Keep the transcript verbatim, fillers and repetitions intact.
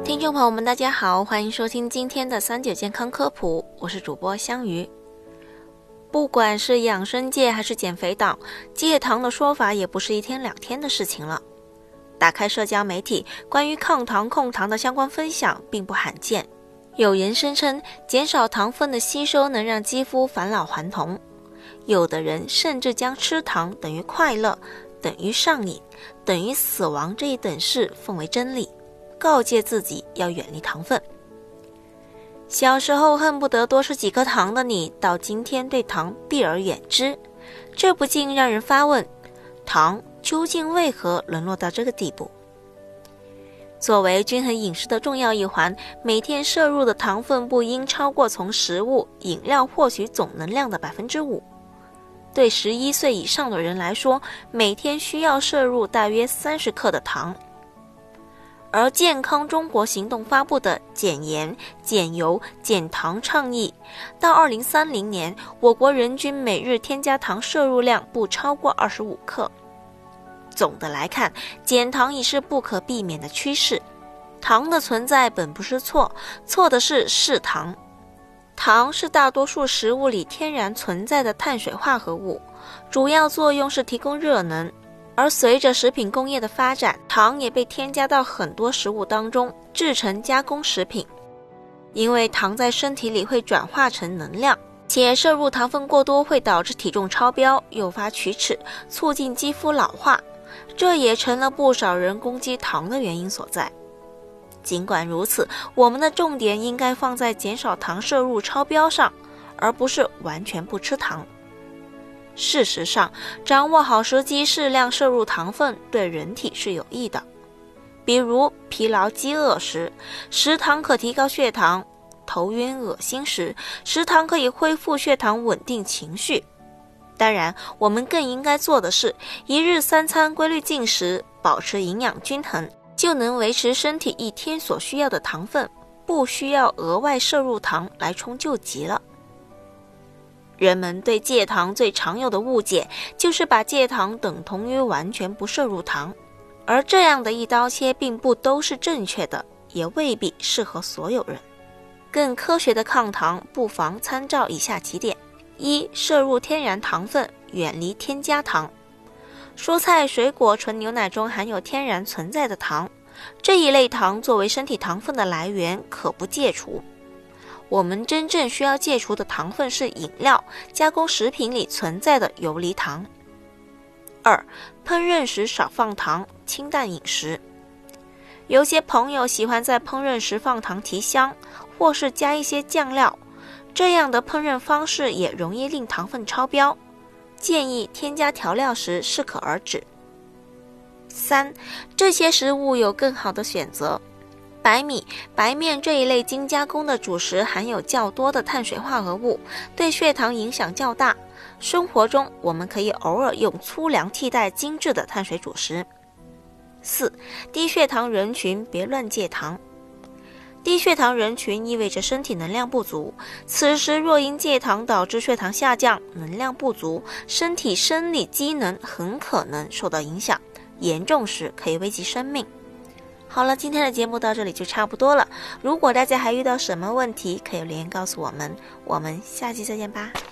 听众朋友们大家好，欢迎收听今天的三九健康科普，我是主播香鱼。不管是养生界还是减肥党，戒糖的说法也不是一天两天的事情了。打开社交媒体，关于抗糖控糖的相关分享并不罕见，有人声称减少糖分的吸收能让肌肤返老还童，有的人甚至将吃糖等于快乐，等于上瘾，等于死亡这一等式奉为真理，告诫自己要远离糖分。小时候恨不得多吃几颗糖的你，到今天对糖避而远之，这不禁让人发问，糖究竟为何沦落到这个地步？作为均衡饮食的重要一环，每天摄入的糖分不应超过从食物、饮料获取总能量的 百分之五。对十一岁以上的人来说，每天需要摄入大约三十克的糖。而健康中国行动发布的减盐、减油、减糖倡议，到二零三零年，我国人均每日添加糖摄入量不超过二十五克。总的来看，减糖已是不可避免的趋势。糖的存在本不是错，错的是嗜糖。糖是大多数食物里天然存在的碳水化合物，主要作用是提供热能。而随着食品工业的发展，糖也被添加到很多食物当中，制成加工食品。因为糖在身体里会转化成能量，且摄入糖分过多会导致体重超标，诱发龋齿，促进肌肤老化，这也成了不少人攻击糖的原因所在。尽管如此，我们的重点应该放在减少糖摄入超标上，而不是完全不吃糖。事实上，掌握好时机，适量摄入糖分对人体是有益的。比如疲劳饥饿时，食糖可提高血糖；头晕恶心时，食糖可以恢复血糖，稳定情绪。当然，我们更应该做的是一日三餐规律进食，保持营养均衡，就能维持身体一天所需要的糖分，不需要额外摄入糖来冲救急了。人们对戒糖最常有的误解，就是把戒糖等同于完全不摄入糖，而这样的一刀切并不都是正确的，也未必适合所有人。更科学的抗糖，不妨参照以下几点：一、摄入天然糖分，远离添加糖。蔬菜、水果、纯牛奶中含有天然存在的糖，这一类糖作为身体糖分的来源，可不戒除。我们真正需要戒除的糖分是饮料、加工食品里存在的游离糖。二、烹饪时少放糖，清淡饮食。有些朋友喜欢在烹饪时放糖提香，或是加一些酱料，这样的烹饪方式也容易令糖分超标，建议添加调料时适可而止。三、这些食物有更好的选择。白米、白面这一类精加工的主食含有较多的碳水化合物，对血糖影响较大。生活中我们可以偶尔用粗粮替代精致的碳水主食。四、低血糖人群别乱戒糖。低血糖人群意味着身体能量不足，此时若因戒糖导致血糖下降、能量不足，身体生理机能很可能受到影响，严重时可以危及生命。好了，今天的节目到这里就差不多了。如果大家还遇到什么问题，可以留言告诉我们。我们下期再见吧。